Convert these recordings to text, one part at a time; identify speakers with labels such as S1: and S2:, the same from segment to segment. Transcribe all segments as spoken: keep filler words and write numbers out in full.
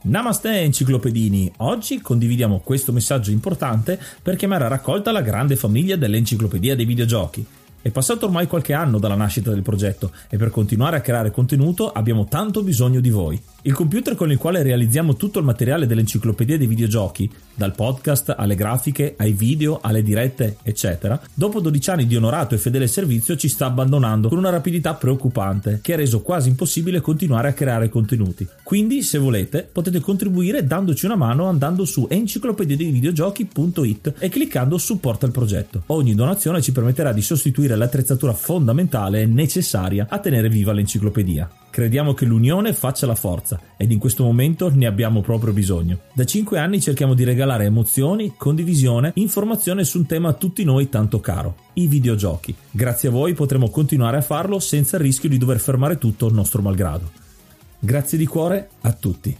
S1: Namaste enciclopedini, oggi condividiamo questo messaggio importante per chiamare a raccolta la grande famiglia dell'Enciclopedia dei Videogiochi. È passato ormai qualche anno dalla nascita del progetto e per continuare a creare contenuto abbiamo tanto bisogno di voi. Il computer con il quale realizziamo tutto il materiale dell'Enciclopedia dei Videogiochi, dal podcast alle grafiche, ai video, alle dirette, eccetera, dopo dodici anni di onorato e fedele servizio ci sta abbandonando con una rapidità preoccupante che ha reso quasi impossibile continuare a creare contenuti. Quindi, se volete, potete contribuire dandoci una mano andando su enciclopedia dei videogiochi punto it e cliccando supporta il progetto. Ogni donazione ci permetterà di sostituire l'attrezzatura fondamentale e necessaria a tenere viva l'enciclopedia. Crediamo che l'unione faccia la forza ed in questo momento ne abbiamo proprio bisogno. Da cinque anni cerchiamo di regalare emozioni, condivisione, informazione su un tema a tutti noi tanto caro, i videogiochi. Grazie a voi potremo continuare a farlo senza il rischio di dover fermare tutto il nostro malgrado. Grazie di cuore a tutti.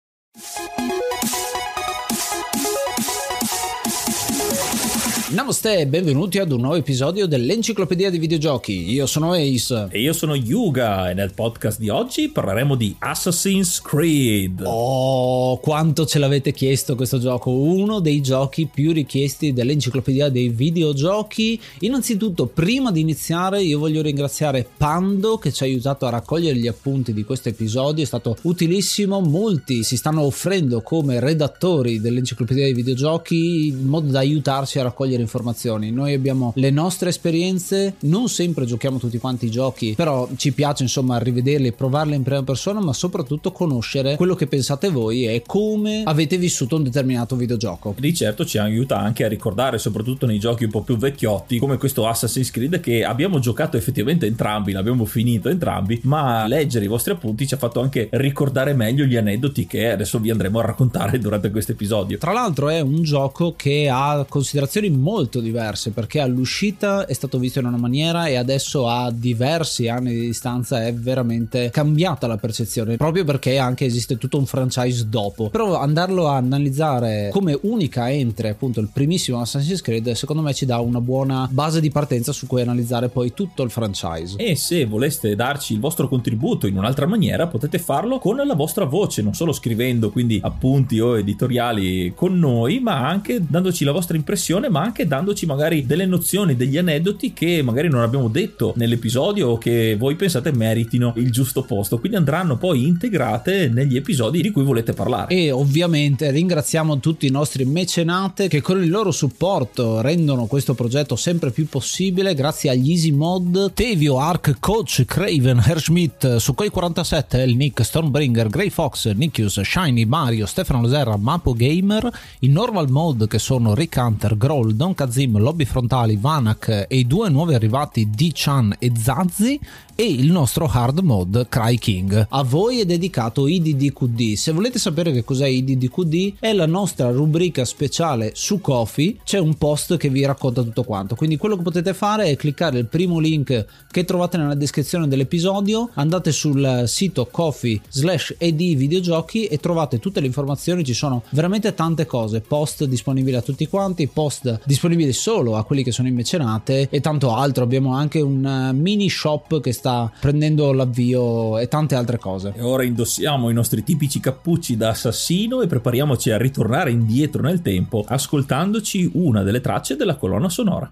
S2: Namaste e benvenuti ad un nuovo episodio dell'Enciclopedia dei Videogiochi. Io sono Ace.
S1: E io sono Yuga e nel podcast di oggi parleremo di Assassin's Creed.
S2: Oh, quanto ce l'avete chiesto questo gioco, uno dei giochi più richiesti dell'Enciclopedia dei Videogiochi. Innanzitutto, prima di iniziare, io voglio ringraziare Pando che ci ha aiutato a raccogliere gli appunti di questo episodio, è stato utilissimo, molti si stanno offrendo come redattori dell'Enciclopedia dei Videogiochi in modo da aiutarci a raccogliere informazioni. Noi abbiamo le nostre esperienze, non sempre giochiamo tutti quanti i giochi, però ci piace insomma rivederli e provarli in prima persona, ma soprattutto conoscere quello che pensate voi e come avete vissuto un determinato videogioco.
S1: Di certo ci aiuta anche a ricordare, soprattutto nei giochi un po' più vecchiotti come questo Assassin's Creed, che abbiamo giocato effettivamente entrambi, l'abbiamo finito entrambi, ma leggere i vostri appunti ci ha fatto anche ricordare meglio gli aneddoti che adesso vi andremo a raccontare durante questo episodio.
S2: Tra l'altro è un gioco che ha considerazioni molto molto diverse, perché all'uscita è stato visto in una maniera e adesso a diversi anni di distanza è veramente cambiata la percezione, proprio perché anche esiste tutto un franchise dopo. Però andarlo a analizzare come unica entry, appunto il primissimo Assassin's Creed, secondo me ci dà una buona base di partenza su cui analizzare poi tutto il franchise.
S1: E se voleste darci il vostro contributo in un'altra maniera potete farlo con la vostra voce, non solo scrivendo quindi appunti o editoriali con noi, ma anche dandoci la vostra impressione, ma anche dandoci magari delle nozioni, degli aneddoti che magari non abbiamo detto nell'episodio o che voi pensate meritino il giusto posto, quindi andranno poi integrate negli episodi di cui volete parlare.
S2: E ovviamente ringraziamo tutti i nostri mecenate che con il loro supporto rendono questo progetto sempre più possibile, grazie agli Easy Mod, Tevio, Ark, Coach, Craven, Herschmidt, Sukhoi quarantasette, El Nick, Stormbringer, Grey Fox, Nikius, Shiny, Mario, Stefano Loserra, Mapo Gamer, i Normal Mod che sono Rick Hunter, Growl, Don Kazim, Lobby Frontali, Vanak e i due nuovi arrivati D-Chan e Zazzi, e il nostro hard mod Cry King. A voi è dedicato I D D Q D. Se volete sapere che cos'è I D D Q D, è la nostra rubrica speciale su Ko-fi, c'è un post che vi racconta tutto quanto, quindi quello che potete fare è cliccare il primo link che trovate nella descrizione dell'episodio, andate sul sito Ko-fi slash ed videogiochi e trovate tutte le informazioni, ci sono veramente tante cose, post disponibili a tutti quanti, post disponibili solo a quelli che sono in mecenate e tanto altro. Abbiamo anche un mini shop che sta prendendo l'avvio e tante altre cose.
S1: E ora indossiamo i nostri tipici cappucci da assassino e prepariamoci a ritornare indietro nel tempo ascoltandoci una delle tracce della colonna sonora.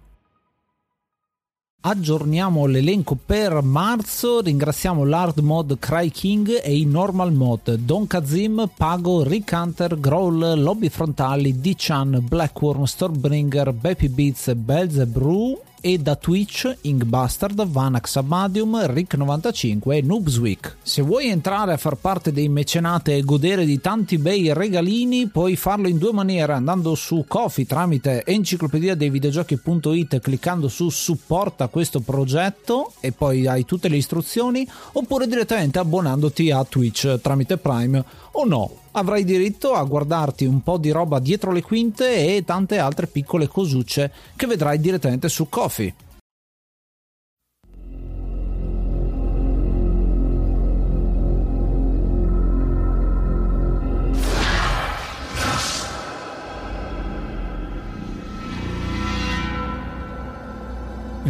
S2: Aggiorniamo l'elenco per marzo, ringraziamo l'hard mod Cry King e i normal mod Don Kazim, Pago, Rick Hunter, Growl, Lobby Frontali, D-Chan, Blackworm, Stormbringer, Baby Beats, Belzebrew, e da Twitch Inkbastard, Vanax Abadium, Rick novantacinque e Noobsweek. Se vuoi entrare a far parte dei mecenate e godere di tanti bei regalini, puoi farlo in due maniere: andando su Ko-fi tramite enciclopedia dei videogiochi punto it, cliccando su supporta questo progetto e poi hai tutte le istruzioni, oppure direttamente abbonandoti a Twitch tramite Prime o no. Avrai diritto a guardarti un po' di roba dietro le quinte e tante altre piccole cosucce che vedrai direttamente su Ko-fi.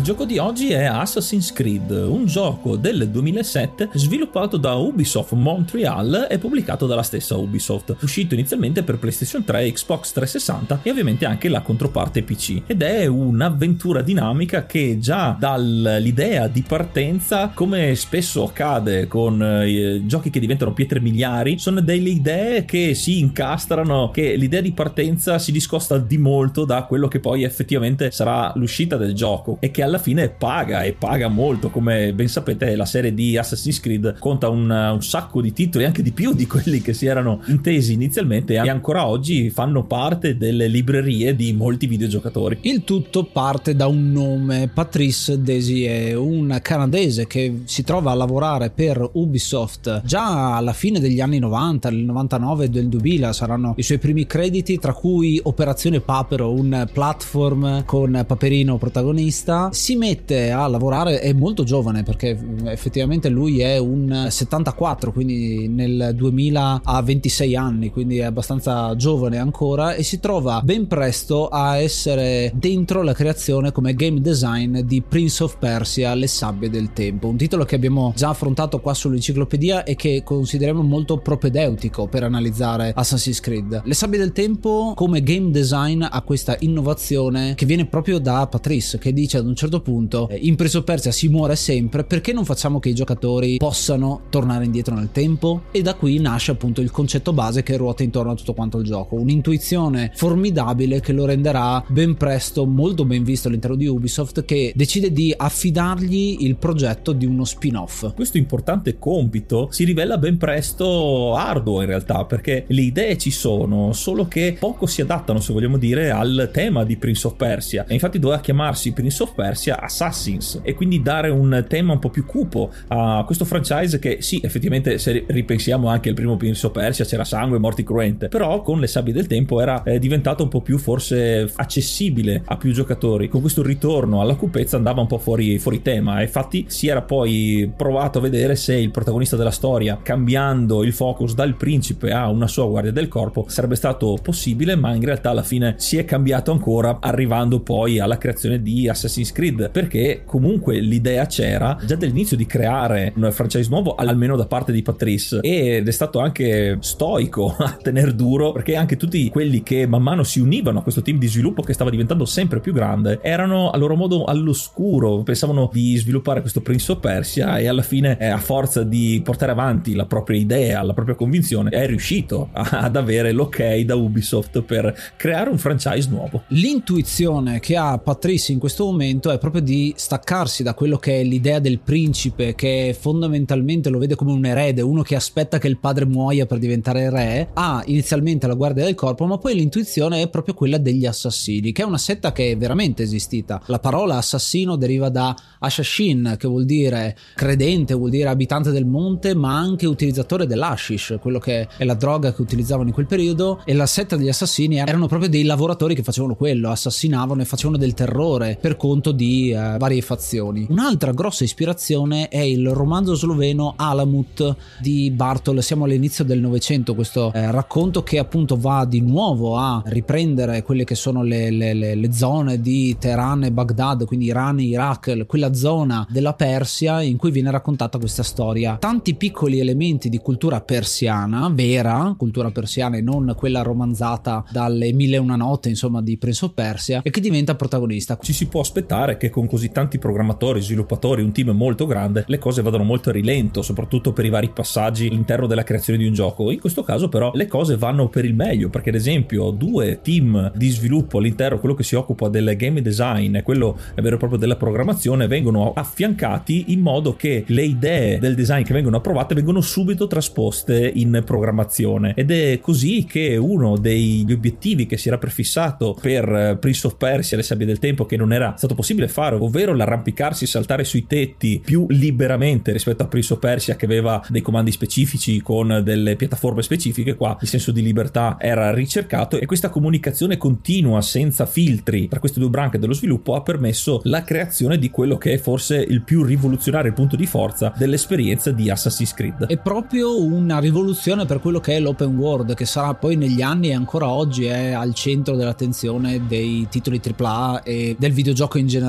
S1: Il gioco di oggi è Assassin's Creed, un gioco del duemilasette sviluppato da Ubisoft Montreal e pubblicato dalla stessa Ubisoft, uscito inizialmente per PlayStation tre, Xbox trecentosessanta e ovviamente anche la controparte P C, ed è un'avventura dinamica che già dall'idea di partenza, come spesso accade con eh, giochi che diventano pietre miliari, sono delle idee che si incastrano, che l'idea di partenza si discosta di molto da quello che poi effettivamente sarà l'uscita del gioco e che alla fine paga e paga molto. Come ben sapete, la serie di Assassin's Creed conta un, un sacco di titoli, anche di più di quelli che si erano intesi inizialmente, e ancora oggi fanno parte delle librerie di molti videogiocatori.
S2: Il tutto parte da un nome, Patrice Désier, un canadese che si trova a lavorare per Ubisoft già alla fine degli anni novanta, nel novantanove e del duemila saranno i suoi primi crediti, tra cui Operazione Papero, un platform con Paperino protagonista. Si mette a lavorare, è molto giovane perché effettivamente lui è un settantaquattro, quindi nel duemila ha ventisei anni, quindi è abbastanza giovane ancora, e si trova ben presto a essere dentro la creazione come game design di Prince of Persia: Le sabbie del tempo, un titolo che abbiamo già affrontato qua sull'enciclopedia e che consideriamo molto propedeutico per analizzare Assassin's Creed. Le sabbie del tempo come game design ha questa innovazione che viene proprio da Patrice, che dice ad un certo punto: in Prince of Persia si muore sempre, perché non facciamo che i giocatori possano tornare indietro nel tempo? E da qui nasce appunto il concetto base che ruota intorno a tutto quanto il gioco, un'intuizione formidabile che lo renderà ben presto molto ben visto all'interno di Ubisoft, che decide di affidargli il progetto di uno spin-off.
S1: Questo importante compito si rivela ben presto arduo in realtà, perché le idee ci sono, solo che poco si adattano, se vogliamo dire, al tema di Prince of Persia, e infatti doveva chiamarsi Prince of Persia Assassins e quindi dare un tema un po' più cupo a questo franchise che sì, effettivamente se ripensiamo anche al primo Prince of Persia c'era sangue e morti cruente, però con le sabbie del tempo era eh, diventato un po' più forse accessibile a più giocatori. Con questo ritorno alla cupezza andava un po' fuori, fuori tema, e infatti si era poi provato a vedere se il protagonista della storia, cambiando il focus dal principe a una sua guardia del corpo, sarebbe stato possibile, ma in realtà alla fine si è cambiato ancora, arrivando poi alla creazione di Assassin's Creed, perché comunque l'idea c'era già dall'inizio di creare un franchise nuovo, almeno da parte di Patrice, ed è stato anche stoico a tener duro, perché anche tutti quelli che man mano si univano a questo team di sviluppo che stava diventando sempre più grande erano a loro modo all'oscuro, pensavano di sviluppare questo Prince of Persia, e alla fine eh, a forza di portare avanti la propria idea, la propria convinzione, è riuscito ad avere l'ok da Ubisoft per creare un franchise nuovo.
S2: L'intuizione che ha Patrice in questo momento è proprio di staccarsi da quello che è l'idea del principe, che fondamentalmente lo vede come un erede, uno che aspetta che il padre muoia per diventare re, ha inizialmente la guardia del corpo, ma poi l'intuizione è proprio quella degli assassini, che è una setta che è veramente esistita. La parola assassino deriva da Ashashin, che vuol dire credente, vuol dire abitante del monte, ma anche utilizzatore dell'hashish, quello che è la droga che utilizzavano in quel periodo, e la setta degli assassini erano proprio dei lavoratori che facevano quello, assassinavano e facevano del terrore per conto di eh, varie fazioni. Un'altra grossa ispirazione è il romanzo sloveno Alamut di Bartol. Siamo all'inizio del Novecento, questo eh, racconto che appunto va di nuovo a riprendere quelle che sono le, le, le, le zone di Teheran e Baghdad, quindi Iran e Iraq, quella zona della Persia in cui viene raccontata questa storia. Tanti piccoli elementi di cultura persiana, vera cultura persiana e non quella romanzata dalle Mille e una notte, insomma, di Prince of Persia, e che diventa protagonista.
S1: Ci si può aspettare che con così tanti programmatori, sviluppatori, un team molto grande, le cose vadano molto a rilento, soprattutto per i vari passaggi all'interno della creazione di un gioco. In questo caso però le cose vanno per il meglio, perché ad esempio due team di sviluppo all'interno, quello che si occupa del game design e quello è vero e proprio della programmazione, vengono affiancati in modo che le idee del design che vengono approvate vengono subito trasposte in programmazione, ed è così che uno degli obiettivi che si era prefissato per Prince of Persia: Le sabbie del tempo, che non era stato possibile fare, ovvero l'arrampicarsi, saltare sui tetti più liberamente rispetto a Prince of Persia che aveva dei comandi specifici con delle piattaforme specifiche, qua il senso di libertà era ricercato, e questa comunicazione continua senza filtri tra queste due branche dello sviluppo ha permesso la creazione di quello che è forse il più rivoluzionario, il punto di forza dell'esperienza di Assassin's Creed.
S2: È proprio una rivoluzione per quello che è l'open world, che sarà poi negli anni e ancora oggi è al centro dell'attenzione dei titoli tripla A e del videogioco in generale.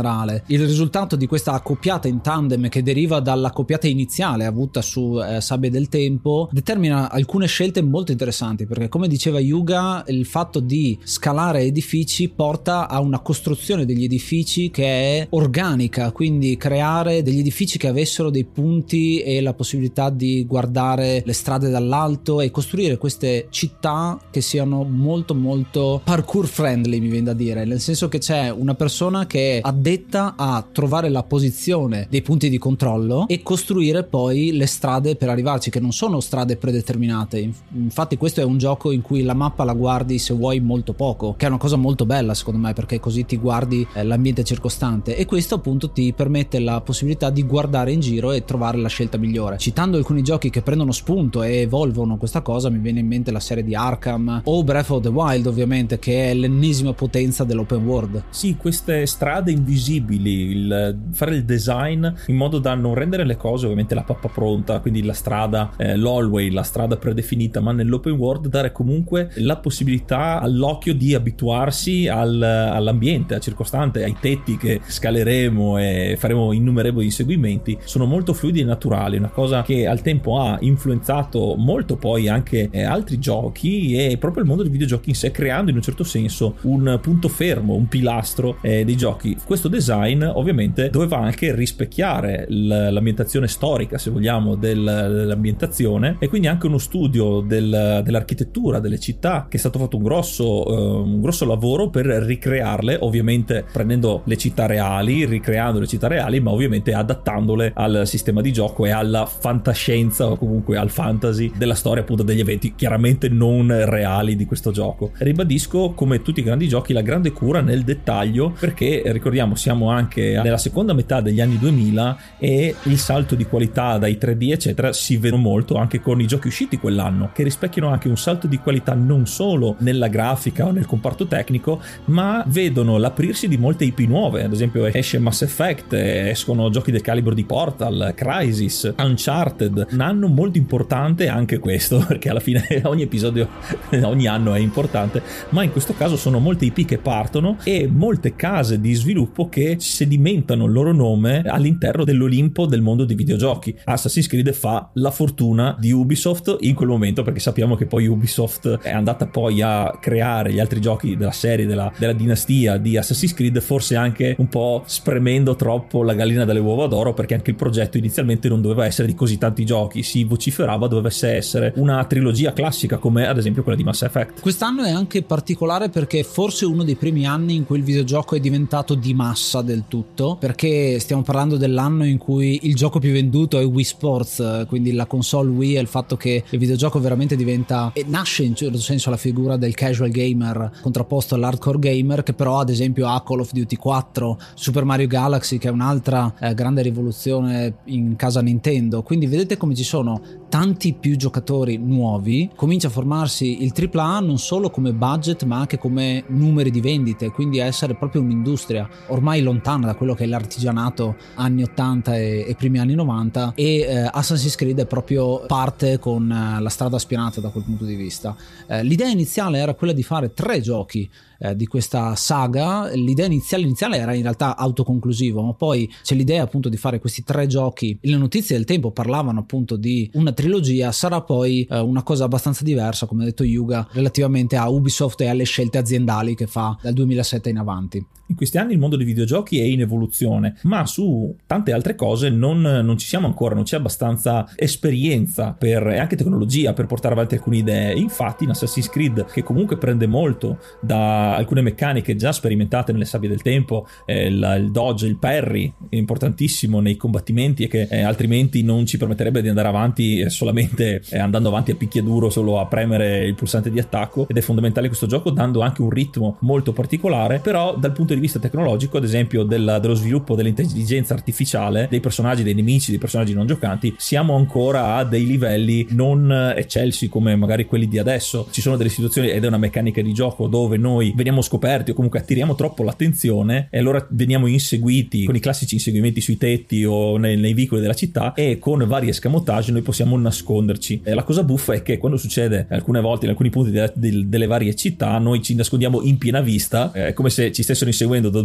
S2: generale. Il risultato di questa accoppiata in tandem, che deriva dall'accoppiata iniziale avuta su eh, Sabbie del Tempo, determina alcune scelte molto interessanti, perché come diceva Yuga, il fatto di scalare edifici porta a una costruzione degli edifici che è organica, quindi creare degli edifici che avessero dei punti e la possibilità di guardare le strade dall'alto e costruire queste città che siano molto molto parkour friendly, mi viene da dire, nel senso che c'è una persona che è addetta a trovare la posizione dei punti di controllo e costruire poi le strade per arrivarci, che non sono strade predeterminate. Infatti questo è un gioco in cui la mappa la guardi, se vuoi, molto poco, che è una cosa molto bella secondo me, perché così ti guardi eh, l'ambiente circostante, e questo appunto ti permette la possibilità di guardare in giro e trovare la scelta migliore. Citando alcuni giochi che prendono spunto e evolvono questa cosa, mi viene in mente la serie di Arkham o Breath of the Wild, ovviamente, che è l'ennesima potenza dell'open world.
S1: Sì, queste strade invisibili, il fare il design in modo da non rendere le cose ovviamente la pappa pronta, quindi la strada, eh, l'hallway, la strada predefinita, ma nell'open world dare comunque la possibilità all'occhio di abituarsi al, all'ambiente, al circostante, ai tetti che scaleremo e faremo innumerevoli inseguimenti. Sono molto fluidi e naturali, una cosa che al tempo ha influenzato molto poi anche eh, altri giochi e proprio il mondo dei videogiochi in sé, creando in un certo senso un punto fermo, un pilastro eh, dei giochi. Questo design ovviamente doveva anche rispecchiare l'ambientazione storica, se vogliamo, del, dell'ambientazione, e quindi anche uno studio del, dell'architettura delle città, che è stato fatto un grosso, uh, un grosso lavoro per ricrearle, ovviamente prendendo le città reali, ricreando le città reali, ma ovviamente adattandole al sistema di gioco e alla fantascienza o comunque al fantasy della storia, appunto, degli eventi chiaramente non reali di questo gioco. Ribadisco, come tutti i grandi giochi, la grande cura nel dettaglio, perché ricordiamo siamo anche nella seconda metà degli anni duemila e il salto di qualità dai tre D eccetera si vede molto anche con i giochi usciti quell'anno, che rispecchiano anche un salto di qualità non solo nella grafica o nel comparto tecnico, ma vedono l'aprirsi di molte I P nuove. Ad esempio esce Mass Effect, escono giochi del calibro di Portal, Crysis, Uncharted, un anno molto importante anche questo, perché alla fine ogni episodio ogni anno è importante, ma in questo caso sono molte I P che partono e molte case di sviluppo che sedimentano il loro nome all'interno dell'Olimpo del mondo dei videogiochi. Assassin's Creed fa la fortuna di Ubisoft in quel momento, perché sappiamo che poi Ubisoft è andata poi a creare gli altri giochi della serie, della, della dinastia di Assassin's Creed, forse anche un po' spremendo troppo la gallina dalle uova d'oro, perché anche il progetto inizialmente non doveva essere di così tanti giochi, si vociferava dovesse essere una trilogia classica come ad esempio quella di Mass Effect.
S2: Quest'anno è anche particolare perché è forse uno dei primi anni in cui il videogioco è diventato di massa del tutto, perché stiamo parlando dell'anno in cui il gioco più venduto è Wii Sports, quindi la console Wii, e il fatto che il videogioco veramente diventa e nasce in certo senso la figura del casual gamer contrapposto all'hardcore gamer, che però ad esempio ha Call of Duty quattro, Super Mario Galaxy, che è un'altra eh, grande rivoluzione in casa Nintendo. Quindi vedete come ci sono tanti più giocatori nuovi, comincia a formarsi il tripla A non solo come budget ma anche come numeri di vendite, quindi a essere proprio un'industria ormai lontana da quello che è l'artigianato anni ottanta e, e primi anni novanta, e eh, Assassin's Creed è proprio parte con eh, la strada spianata da quel punto di vista. Eh, l'idea iniziale era quella di fare tre giochi eh, di questa saga. L'idea iniziale, iniziale era in realtà autoconclusivo, ma poi c'è l'idea appunto di fare questi tre giochi. Le notizie del tempo parlavano appunto di una trilogia. Sarà poi eh, una cosa abbastanza diversa, come ha detto Yuga, relativamente a Ubisoft e alle scelte aziendali che fa dal duemilasette in avanti.
S1: In questi anni il mondo dei videogiochi è in evoluzione, ma su tante altre cose non, non ci siamo ancora, non c'è abbastanza esperienza per, e anche tecnologia per portare avanti alcune idee. Infatti in Assassin's Creed, che comunque prende molto da alcune meccaniche già sperimentate nelle Sabbie del Tempo, eh, il, il dodge, il parry è importantissimo nei combattimenti e che eh, altrimenti non ci permetterebbe di andare avanti eh, solamente eh, andando avanti a picchiaduro, solo a premere il pulsante di attacco, ed è fondamentale questo gioco, dando anche un ritmo molto particolare. Però dal punto di vista tecnologico, ad esempio della, dello sviluppo dell'intelligenza artificiale, dei personaggi, dei nemici, dei personaggi non giocanti, siamo ancora a dei livelli non eccelsi come magari quelli di adesso. Ci sono delle situazioni, ed è una meccanica di gioco, dove noi veniamo scoperti o comunque attiriamo troppo l'attenzione e allora veniamo inseguiti con i classici inseguimenti sui tetti o nei, nei vicoli della città, e con vari escamotage noi possiamo nasconderci. E la cosa buffa è che quando succede alcune volte in alcuni punti de, de, delle varie città, noi ci nascondiamo in piena vista, è come se ci stessero inseguendo da due metri,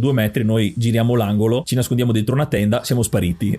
S1: noi giriamo l'angolo, ci nascondiamo dentro una tenda, siamo spariti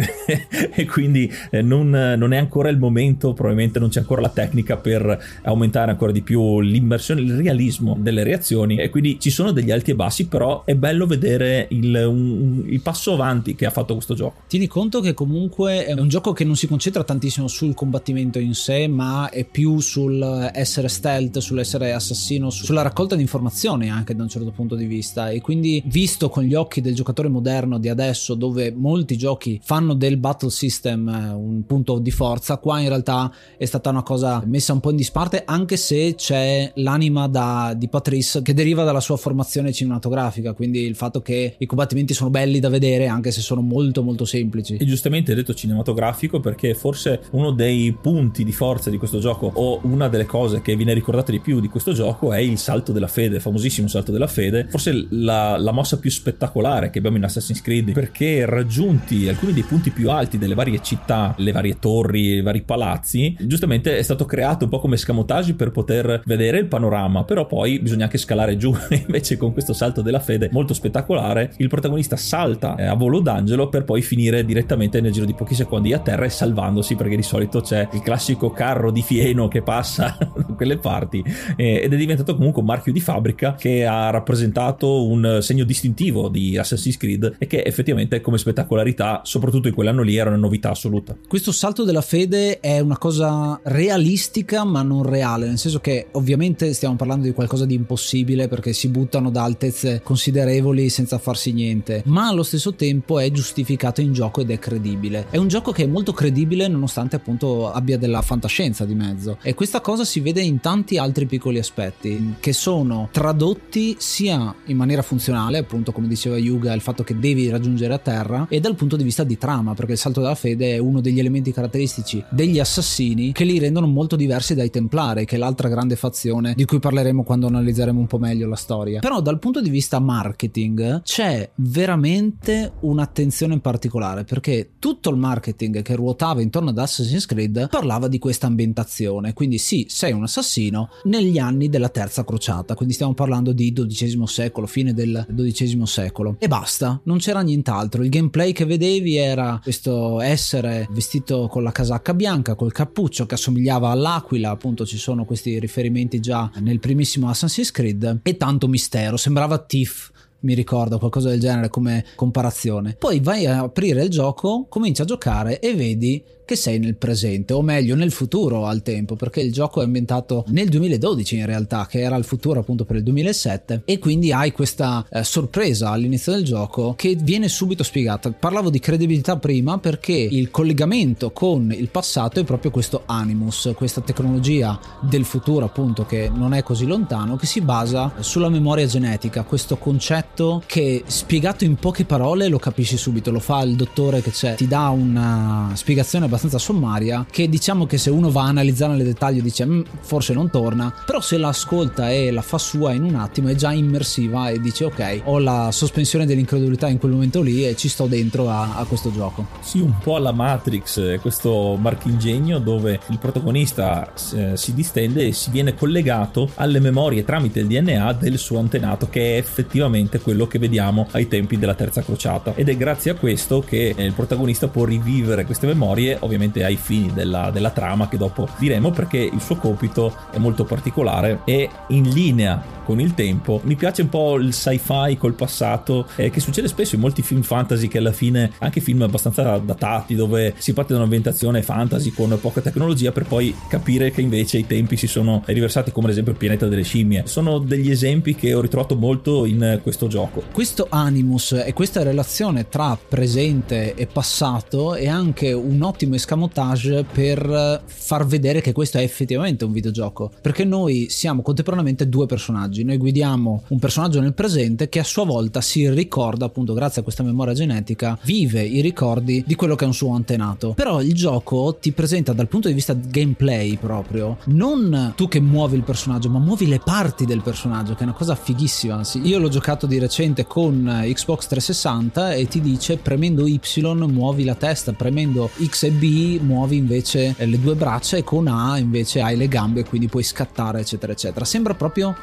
S1: e quindi eh, non, non è ancora il momento, probabilmente non c'è ancora la tecnica per aumentare ancora di più l'immersione, il realismo delle reazioni, e quindi ci sono degli alti e bassi, però è bello vedere il, un, il passo avanti che ha fatto questo gioco.
S2: Tieni conto che comunque è un gioco che non si concentra tantissimo sul combattimento in sé, ma è più sul essere stealth, sull'essere assassino, sulla raccolta di informazioni anche da un certo punto di vista, e quindi visto con gli occhi del giocatore moderno di adesso, dove molti giochi fanno del battle system un punto di forza, qua in realtà è stata una cosa messa un po' in disparte, anche se c'è l'anima da, di Patrice che deriva dalla sua formazione cinematografica, quindi il fatto che i combattimenti sono belli da vedere anche se sono molto molto semplici.
S1: E giustamente hai detto cinematografico, perché forse uno dei punti di forza di questo gioco, o una delle cose che viene ricordata di più di questo gioco, è il salto della fede, il famosissimo salto della fede, forse la, la mossa più spettacolare che abbiamo in Assassin's Creed, perché raggiunti alcuni dei punti più alti delle varie città, le varie torri, i vari palazzi, giustamente è stato creato un po' come escamotage per poter vedere il panorama, però poi bisogna anche scalare giù. Invece con questo salto della fede molto spettacolare, il protagonista salta eh, a volo d'angelo per poi finire direttamente nel giro di pochi secondi a terra e salvandosi, perché di solito c'è il classico carro di fieno che passa da quelle parti, eh, ed è diventato comunque un marchio di fabbrica che ha rappresentato un segno distintivo di Assassin's Creed, e che effettivamente come spettacolarità, soprattutto in quell'anno lì, era una novità assoluta.
S2: Questo salto della fede è una cosa realistica ma non reale, nel senso che ovviamente stiamo parlando di qualcosa di impossibile, perché si buttano da altezze considerevoli senza farsi niente, ma allo stesso tempo è giustificato in gioco ed è credibile. È un gioco che è molto credibile nonostante appunto abbia della fantascienza di mezzo, e questa cosa si vede in tanti altri piccoli aspetti che sono tradotti sia in maniera funzionale, appunto come diceva Yuga, il fatto che devi raggiungere a terra, e dal punto di vista di trama, perché il salto della fede è uno degli elementi caratteristici degli assassini che li rendono molto diversi dai Templari, che è l'altra grande fazione di cui parleremo quando analizzeremo un po' meglio la storia. Però dal punto di vista marketing c'è veramente un'attenzione in particolare, perché tutto il marketing che ruotava intorno ad Assassin's Creed parlava di questa ambientazione, quindi sì, sei un assassino negli anni della terza crociata, quindi stiamo parlando di dodicesimo secolo, fine del dodicesimo secolo, e basta, non c'era nient'altro. Il gameplay che vedevi era questo essere vestito con la casacca bianca, col cappuccio che assomigliava all'aquila, appunto ci sono questi riferimenti già nel primissimo Assassin's Creed, e tanto mistero, sembrava Thief, mi ricordo qualcosa del genere come comparazione. Poi vai a aprire il gioco, cominci a giocare e vedi che sei nel presente, o meglio nel futuro al tempo, perché il gioco è ambientato nel duemiladodici in realtà, che era il futuro appunto per il duemilasette, e quindi hai questa eh, sorpresa all'inizio del gioco che viene subito spiegata. Parlavo di credibilità prima perché il collegamento con il passato è proprio questo Animus, questa tecnologia del futuro appunto che non è così lontano, che si basa sulla memoria genetica, questo concetto che spiegato in poche parole lo capisci subito, lo fa il dottore che c'è, ti dà una spiegazione abbastanza sommaria che diciamo che se uno va a analizzare nel dettaglio dice forse non torna, però se la ascolta e la fa sua in un attimo è già immersiva e dice ok, ho la sospensione dell'incredulità in quel momento lì e ci sto dentro a, a questo gioco.
S1: Sì, un po' alla Matrix, questo marchingegno dove il protagonista eh, si distende e si viene collegato alle memorie tramite il D N A del suo antenato, che è effettivamente quello che vediamo ai tempi della terza crociata, ed è grazie a questo che il protagonista può rivivere queste memorie, ovviamente ai fini della, della trama che dopo diremo, perché il suo compito è molto particolare e in linea con il tempo. Mi piace un po' il sci-fi col passato, eh, che succede spesso in molti film fantasy, che alla fine anche film abbastanza datati dove si parte da un'ambientazione fantasy con poca tecnologia per poi capire che invece i tempi si sono riversati, come ad esempio il pianeta delle scimmie. Sono degli esempi che ho ritrovato molto in questo gioco.
S2: Questo Animus e questa relazione tra presente e passato è anche un ottimo escamotage per far vedere che questo è effettivamente un videogioco, perché noi siamo contemporaneamente due personaggi. Noi guidiamo un personaggio nel presente che a sua volta si ricorda, appunto grazie a questa memoria genetica, vive i ricordi di quello che è un suo antenato. Però il gioco ti presenta dal punto di vista gameplay proprio non tu che muovi il personaggio, ma muovi le parti del personaggio, che è una cosa fighissima. Io l'ho giocato di recente con Xbox trecentosessanta e ti dice premendo Y muovi la testa, premendo X e B muovi invece le due braccia e con A invece hai le gambe, quindi puoi scattare eccetera eccetera. Sembra proprio un sistema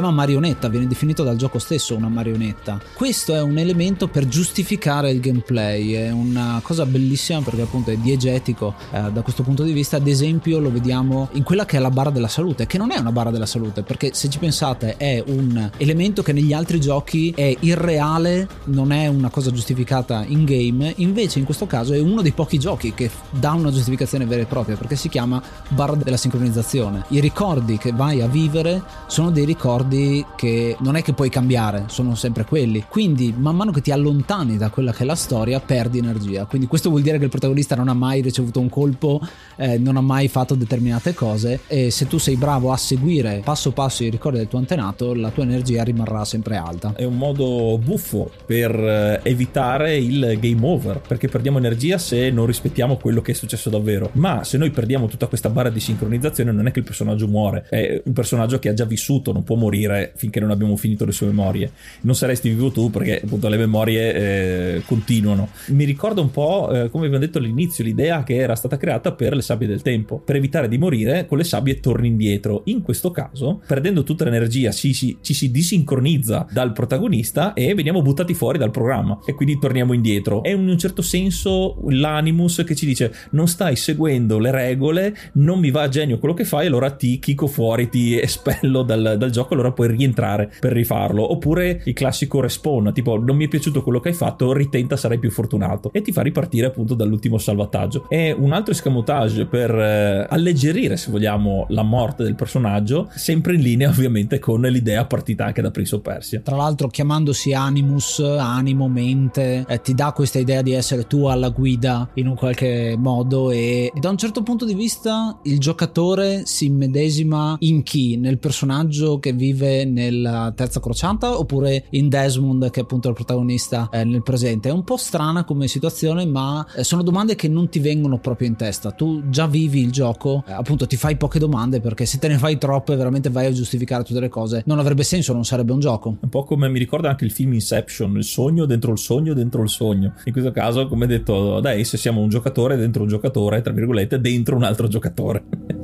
S2: una marionetta, viene definito dal gioco stesso una marionetta. Questo è un elemento per giustificare il gameplay, è una cosa bellissima perché appunto è diegetico eh, da questo punto di vista. Ad esempio lo vediamo in quella che è la barra della salute, che non è una barra della salute, perché se ci pensate è un elemento che negli altri giochi è irreale, non è una cosa giustificata in game, invece in questo caso è uno dei pochi giochi che dà una giustificazione vera e propria, perché si chiama barra della sincronizzazione. I ricordi che vai a vivere sono dei ricordi che non è che puoi cambiare, sono sempre quelli, quindi man mano che ti allontani da quella che è la storia perdi energia. Quindi questo vuol dire che il protagonista non ha mai ricevuto un colpo, eh, non ha mai fatto determinate cose, e se tu sei bravo a seguire passo passo i ricordi del tuo antenato, la tua energia rimarrà sempre alta.
S1: È un modo buffo per evitare il game over, perché perdiamo energia se non rispettiamo quello che è successo davvero, ma se noi perdiamo tutta questa barra di sincronizzazione non è che il personaggio muore, è un personaggio che ha già vissuto, non può morire finché non abbiamo finito le sue memorie. Non saresti vivo tu perché appunto le memorie eh, continuano. Mi ricorda un po' eh, come abbiamo detto all'inizio l'idea che era stata creata per le sabbie del tempo, per evitare di morire con le sabbie torni indietro. In questo caso perdendo tutta l'energia ci, ci, ci si disincronizza dal protagonista e veniamo buttati fuori dal programma e quindi torniamo indietro. È in un certo senso l'animus che ci dice non stai seguendo le regole, non mi va a genio quello che fai, allora ti chicco fuori, ti espello dal, dal gioco, allora puoi rientrare per rifarlo. Oppure il classico respawn, tipo non mi è piaciuto quello che hai fatto, ritenta, sarai più fortunato, e ti fa ripartire appunto dall'ultimo salvataggio. È un altro escamotage per eh, alleggerire, se vogliamo, la morte del personaggio, sempre in linea ovviamente con l'idea partita anche da Prince of Persia.
S2: Tra l'altro chiamandosi Animus, animo, mente, eh, ti dà questa idea di essere tu alla guida in un qualche modo, e da un certo punto di vista il giocatore si immedesima in chi? Nel personaggio che vive nella terza crociata oppure in Desmond, che è appunto il protagonista eh, nel presente? È un po' strana come situazione, ma eh, sono domande che non ti vengono proprio in testa. Tu già vivi il gioco, eh, appunto ti fai poche domande, perché se te ne fai troppe veramente vai a giustificare tutte le cose, non avrebbe senso, non sarebbe un gioco.
S1: Un po' come mi ricorda anche il film Inception, il sogno dentro il sogno dentro il sogno. In questo caso, come detto, dai, se siamo un giocatore dentro un giocatore, tra virgolette, dentro un altro giocatore.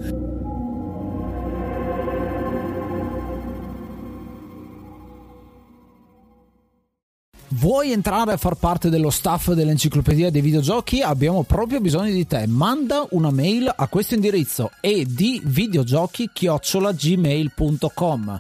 S2: Vuoi entrare a far parte dello staff dell'Enciclopedia dei Videogiochi? Abbiamo proprio bisogno di te. Manda una mail a questo indirizzo e di videogiochi chiocciola gmail punto com.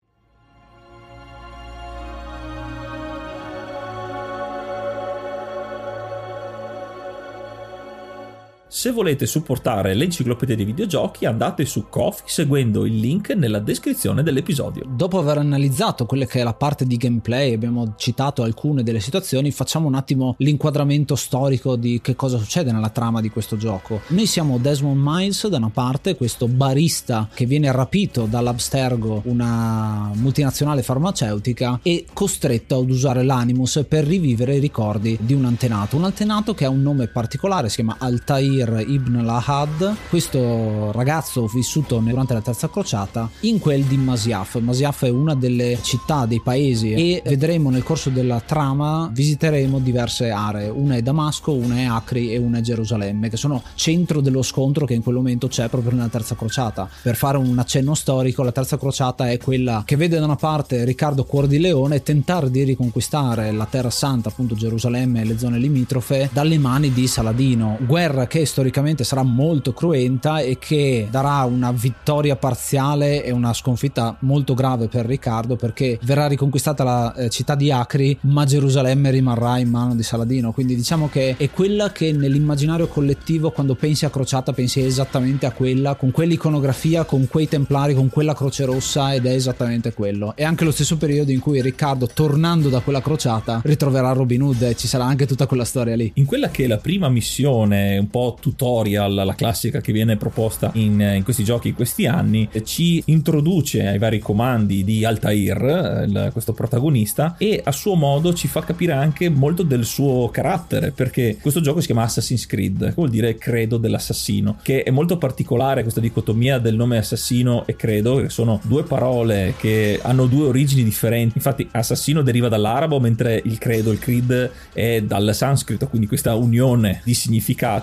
S1: Se volete supportare l'Enciclopedia dei Videogiochi, andate su Ko-fi seguendo il link nella descrizione dell'episodio.
S2: Dopo aver analizzato quelle che è la parte di gameplay, abbiamo citato alcune delle situazioni, facciamo un attimo l'inquadramento storico di che cosa succede nella trama di questo gioco. Noi siamo Desmond Miles da una parte, questo barista che viene rapito dall'Abstergo, una multinazionale farmaceutica, e costretto ad usare l'Animus per rivivere i ricordi di un antenato. Un antenato che ha un nome particolare, si chiama Altair Ibn Lahad, questo ragazzo vissuto durante la terza crociata in quel di Masyaf. Masyaf è una delle città, dei paesi, e vedremo nel corso della trama, visiteremo diverse aree, una è Damasco, una è Acri e una è Gerusalemme, che sono centro dello scontro che in quel momento c'è proprio nella terza crociata. Per fare un accenno storico, la terza crociata è quella che vede da una parte Riccardo Cuor di Leone tentare di riconquistare la terra santa, appunto Gerusalemme e le zone limitrofe, dalle mani di Saladino, guerra che storicamente sarà molto cruenta e che darà una vittoria parziale e una sconfitta molto grave per Riccardo, perché verrà riconquistata la eh, città di Acri, ma Gerusalemme rimarrà in mano di Saladino. Quindi diciamo che è quella che nell'immaginario collettivo, quando pensi a crociata, pensi esattamente a quella, con quell'iconografia, con quei templari, con quella croce rossa, ed è esattamente quello. È anche lo stesso periodo in cui Riccardo, tornando da quella crociata, ritroverà Robin Hood e ci sarà anche tutta quella storia lì.
S1: In quella che è la prima missione, un po' tutorial, la classica che viene proposta in, in questi giochi in questi anni, ci introduce ai vari comandi di Altair, il, questo protagonista, e a suo modo ci fa capire anche molto del suo carattere, perché questo gioco si chiama Assassin's Creed, che vuol dire credo dell'assassino, che è molto particolare questa dicotomia del nome assassino e credo, che sono due parole che hanno due origini differenti. Infatti assassino deriva dall'arabo, mentre il credo, il creed, è dal sanscrito, quindi questa unione di significati. E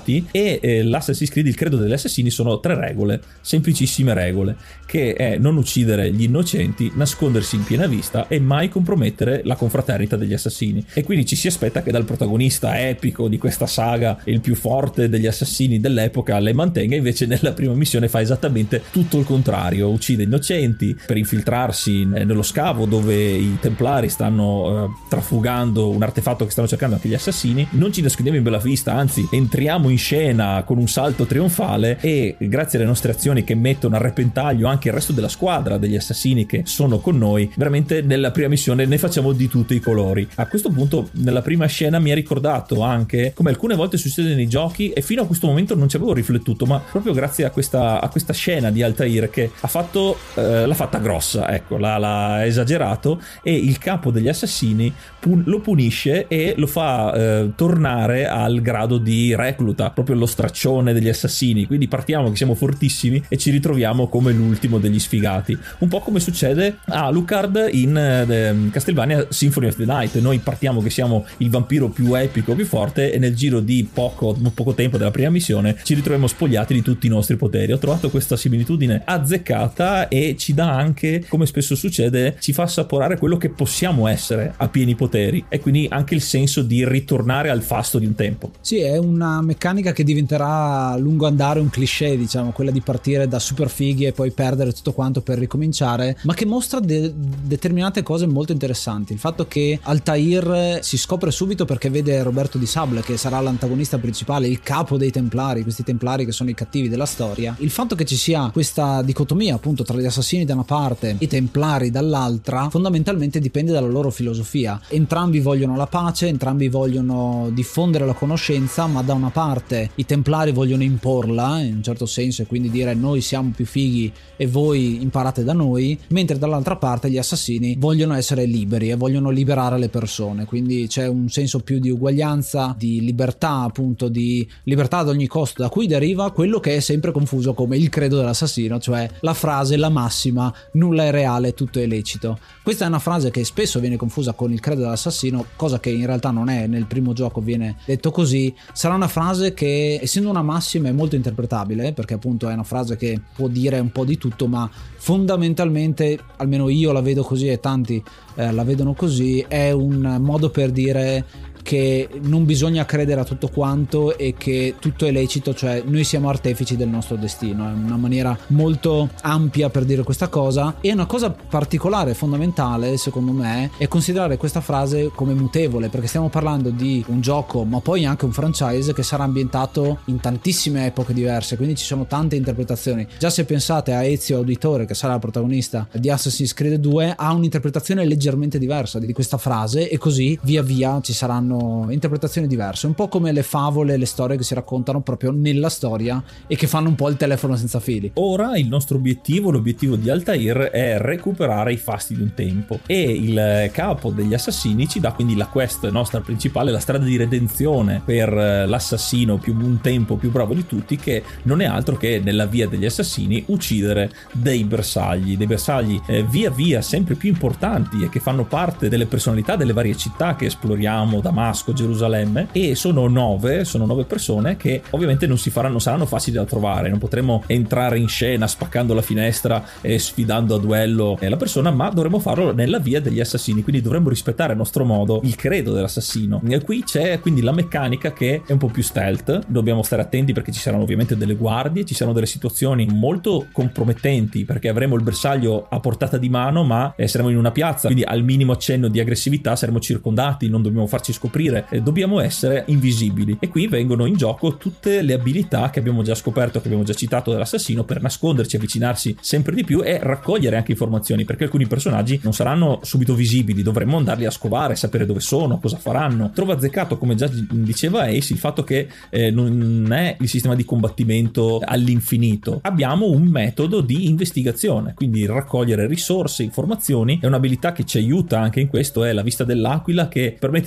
S1: e eh, l'Assassin's Creed, il credo degli assassini, sono tre regole, semplicissime regole, che è non uccidere gli innocenti, nascondersi in piena vista e mai compromettere la confraternita degli assassini. E quindi ci si aspetta che dal protagonista epico di questa saga, il più forte degli assassini dell'epoca, le mantenga. Invece nella prima missione fa esattamente tutto il contrario, uccide innocenti per infiltrarsi nello scavo dove i templari stanno eh, trafugando un artefatto che stanno cercando anche gli assassini. Non ci nascondiamo in bella vista, anzi entriamo in scena con un salto trionfale e grazie alle nostre azioni che mettono a repentaglio anche il resto della squadra degli assassini che sono con noi, veramente nella prima missione ne facciamo di tutti i colori. A questo punto nella prima scena mi ha ricordato anche come alcune volte succede nei giochi, e fino a questo momento non ci avevo riflettuto, ma proprio grazie a questa, a questa scena di Altair che ha fatto eh, l'ha fatta grossa, ecco, l'ha, l'ha esagerato, e il capo degli assassini pun- lo punisce e lo fa eh, tornare al grado di recluta, proprio lo straccione degli assassini. Quindi partiamo che siamo fortissimi e ci ritroviamo come l'ultimo degli sfigati, un po' come succede a Alucard in eh, Castlevania Symphony of the Night. Noi partiamo che siamo il vampiro più epico, più forte, e nel giro di poco, poco tempo della prima missione ci ritroviamo spogliati di tutti i nostri poteri. Ho trovato questa similitudine azzeccata e ci dà anche, come spesso succede, ci fa assaporare quello che possiamo essere a pieni poteri, e quindi anche il senso di ritornare al fasto di un tempo.
S2: Sì, è una meccanica che diventerà a lungo andare un cliché, diciamo, quella di partire da super fighi e poi perdere tutto quanto per ricominciare, ma che mostra de- determinate cose molto interessanti. Il fatto che Altair si scopre subito perché vede Roberto Di Sable, che sarà l'antagonista principale, il capo dei Templari, questi Templari che sono i cattivi della storia. Il fatto che ci sia questa dicotomia appunto tra gli assassini da una parte e i Templari dall'altra fondamentalmente dipende dalla loro filosofia. Entrambi vogliono la pace, entrambi vogliono diffondere la conoscenza, ma da una parte i Templari vogliono imporla in un certo senso, e quindi dire noi siamo più fighi e voi imparate da noi, mentre dall'altra parte gli assassini vogliono essere liberi e vogliono liberare le persone. Quindi c'è un senso più di uguaglianza, di libertà, appunto di libertà ad ogni costo, da cui deriva quello che è sempre confuso come il credo dell'assassino, cioè la frase, la massima: nulla è reale, tutto è lecito. Questa è una frase che spesso viene confusa con il credo dell'assassino, cosa che in realtà non è. Nel primo gioco viene detto così. Sarà una frase che, essendo una massima, è molto interpretabile, perché appunto è una frase che può dire un po' di tutto, ma fondamentalmente, almeno io la vedo così e tanti eh, la vedono così, è un modo per dire che non bisogna credere a tutto quanto e che tutto è lecito, cioè noi siamo artefici del nostro destino. È una maniera molto ampia per dire questa cosa, e una cosa particolare, fondamentale secondo me, è considerare questa frase come mutevole, perché stiamo parlando di un gioco, ma poi anche un franchise che sarà ambientato in tantissime epoche diverse, quindi ci sono tante interpretazioni. Già se pensate a Ezio Auditore, che sarà il protagonista di Assassin's Creed due, ha un'interpretazione leggermente diversa di questa frase, e così via via ci saranno interpretazioni diverse, un po' come le favole, le storie che si raccontano proprio nella storia e che fanno un po' il telefono senza fili.
S1: Ora il nostro obiettivo, l'obiettivo di Altair, è recuperare i fasti di un tempo, e il capo degli assassini ci dà quindi la quest nostra principale, la strada di redenzione per l'assassino più un tempo più bravo di tutti, che non è altro che nella via degli assassini uccidere dei bersagli, dei bersagli eh, via via sempre più importanti e che fanno parte delle personalità delle varie città che esploriamo, da Gerusalemme, e sono nove sono nove persone che ovviamente non si faranno, saranno facili da trovare. Non potremo entrare in scena spaccando la finestra e sfidando a duello la persona, ma dovremo farlo nella via degli assassini, quindi dovremmo rispettare a nostro modo il credo dell'assassino. E qui c'è quindi la meccanica che è un po' più stealth. Dobbiamo stare attenti perché ci saranno ovviamente delle guardie, ci saranno delle situazioni molto compromettenti perché avremo il bersaglio a portata di mano, ma eh, saremo in una piazza, quindi al minimo accenno di aggressività saremo circondati, non dobbiamo farci scoprire, eh, dobbiamo essere invisibili, e qui vengono in gioco tutte le abilità che abbiamo già scoperto, che abbiamo già citato dell'assassino, per nasconderci, avvicinarsi sempre di più e raccogliere anche informazioni, perché alcuni personaggi non saranno subito visibili, dovremmo andarli a scovare, sapere dove sono, cosa faranno. Trovo azzeccato, come già diceva Ace, il fatto che eh, non è il sistema di combattimento all'infinito, abbiamo un metodo di investigazione, quindi raccogliere risorse, informazioni. È un'abilità che ci aiuta anche in questo, è la vista dell'aquila, che permette di vedere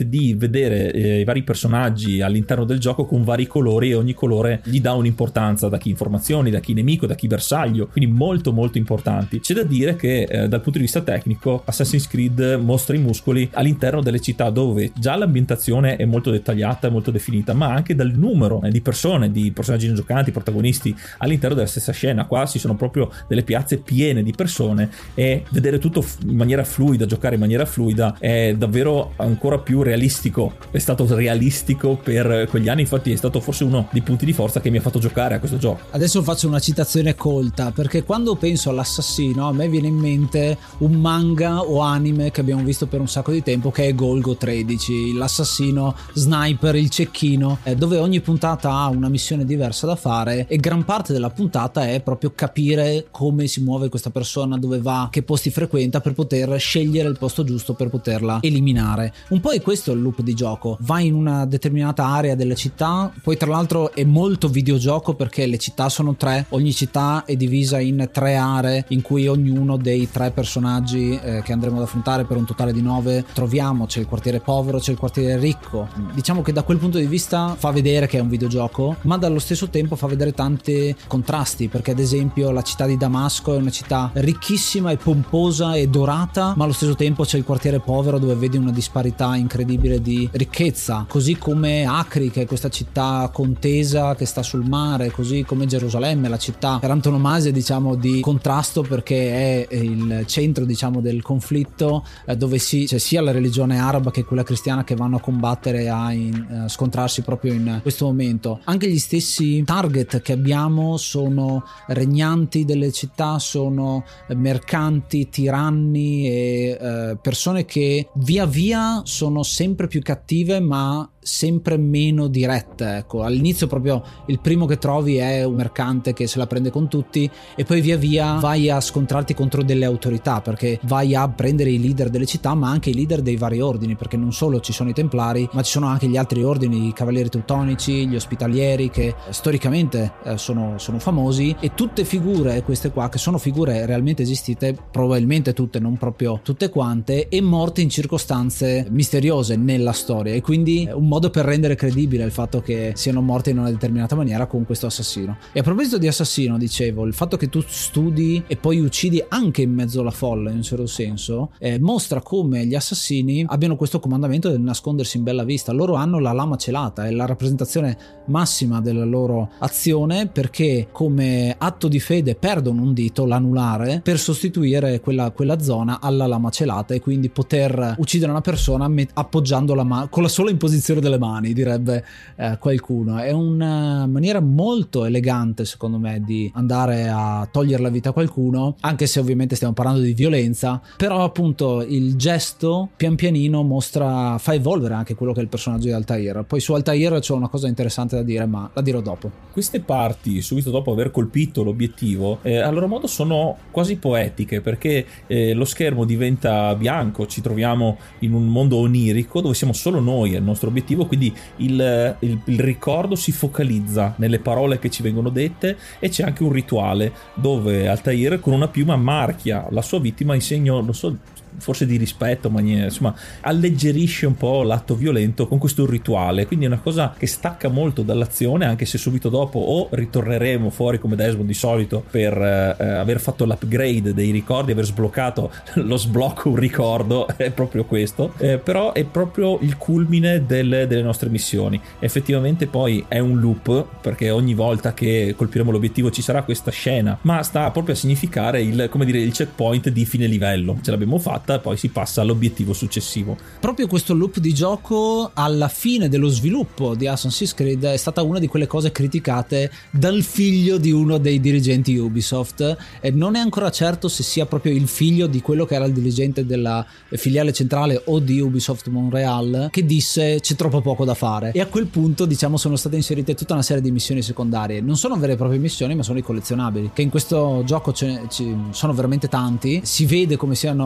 S1: vedere eh, i vari personaggi all'interno del gioco con vari colori, e ogni colore gli dà un'importanza, da chi informazioni, da chi nemico, da chi bersaglio, quindi molto molto importanti. C'è da dire che eh, dal punto di vista tecnico Assassin's Creed mostra i muscoli all'interno delle città, dove già l'ambientazione è molto dettagliata, molto definita, ma anche dal numero di persone, di personaggi non giocanti, protagonisti all'interno della stessa scena. Qua ci sono proprio delle piazze piene di persone, e vedere tutto in maniera fluida, giocare in maniera fluida, è davvero ancora più realistico. È stato realistico per quegli anni, infatti è stato forse uno dei punti di forza che mi ha fatto giocare a questo gioco.
S2: Adesso faccio una citazione colta, perché quando penso all'assassino a me viene in mente un manga o anime che abbiamo visto per un sacco di tempo, che è Golgo tredici, l'assassino sniper, il cecchino, eh, dove ogni puntata ha una missione diversa da fare, e gran parte della puntata è proprio capire come si muove questa persona, dove va, che posti frequenta, per poter scegliere il posto giusto per poterla eliminare. Un po' è questo il loop di gioco: vai in una determinata area della città, poi tra l'altro è molto videogioco perché le città sono tre, ogni città è divisa in tre aree in cui ognuno dei tre personaggi eh, che andremo ad affrontare, per un totale di nove, troviamo. C'è il quartiere povero, c'è il quartiere ricco. Diciamo che da quel punto di vista fa vedere che è un videogioco, ma dallo stesso tempo fa vedere tanti contrasti, perché ad esempio la città di Damasco è una città ricchissima e pomposa e dorata, ma allo stesso tempo c'è il quartiere povero dove vedi una disparità incredibile di ricchezza, così come Acri, che è questa città contesa che sta sul mare, così come Gerusalemme, la città per antonomasia, diciamo, di contrasto, perché è il centro, diciamo, del conflitto, eh, dove si, c'è sia la religione araba che quella cristiana che vanno a combattere, a in, uh, scontrarsi proprio in questo momento. Anche gli stessi target che abbiamo sono regnanti delle città, sono mercanti, tiranni e uh, persone che via via sono sempre più cattive, ma sempre meno dirette. Ecco, all'inizio proprio il primo che trovi è un mercante che se la prende con tutti, e poi via via vai a scontrarti contro delle autorità, perché vai a prendere i leader delle città, ma anche i leader dei vari ordini, perché non solo ci sono i templari, ma ci sono anche gli altri ordini, i cavalieri teutonici, gli ospitalieri, che storicamente eh, sono, sono famosi, e tutte figure, queste qua, che sono figure realmente esistite, probabilmente tutte, non proprio tutte quante, e morte in circostanze misteriose nella storia, e quindi un modo per rendere credibile il fatto che siano morti in una determinata maniera con questo assassino. E a proposito di assassino, dicevo, il fatto che tu studi e poi uccidi anche in mezzo alla folla, in un certo senso, eh, mostra come gli assassini abbiano questo comandamento del nascondersi in bella vista. Loro hanno la lama celata, è la rappresentazione massima della loro azione, perché come atto di fede perdono un dito, l'anulare, per sostituire quella, quella zona alla lama celata, e quindi poter uccidere una persona met- appoggiando la mano con la sola imposizione delle mani, direbbe eh, qualcuno. È una maniera molto elegante, secondo me, di andare a togliere la vita a qualcuno, anche se ovviamente stiamo parlando di violenza, però appunto il gesto pian pianino mostra, fa evolvere anche quello che è il personaggio di Altair. Poi su Altair c'è una cosa interessante da dire, ma la dirò dopo.
S1: Queste parti, subito dopo aver colpito l'obiettivo, eh, a loro modo sono quasi poetiche, perché eh, lo schermo diventa bianco, ci troviamo in un mondo onirico dove siamo solo noi e il nostro obiettivo, quindi il, il, il ricordo si focalizza nelle parole che ci vengono dette, e c'è anche un rituale dove Altair con una piuma marchia la sua vittima in segno, non so, forse di rispetto, ma insomma alleggerisce un po' l'atto violento con questo rituale. Quindi è una cosa che stacca molto dall'azione, anche se subito dopo o ritorneremo fuori come Desmond di solito per eh, aver fatto l'upgrade dei ricordi, aver sbloccato lo sblocco un ricordo, è proprio questo, eh, però è proprio il culmine del, delle nostre missioni. Effettivamente poi è un loop, perché ogni volta che colpiremo l'obiettivo ci sarà questa scena, ma sta proprio a significare il, come dire, il checkpoint di fine livello. Ce l'abbiamo fatta, poi si passa all'obiettivo successivo.
S2: Proprio questo loop di gioco alla fine dello sviluppo di Assassin's Creed è stata una di quelle cose criticate dal figlio di uno dei dirigenti Ubisoft, e non è ancora certo se sia proprio il figlio di quello che era il dirigente della filiale centrale o di Ubisoft Montreal, che disse c'è troppo poco da fare, e a quel punto, diciamo, sono state inserite tutta una serie di missioni secondarie. Non sono vere e proprie missioni, ma sono i collezionabili, che in questo gioco ce, ci sono veramente tanti. Si vede come siano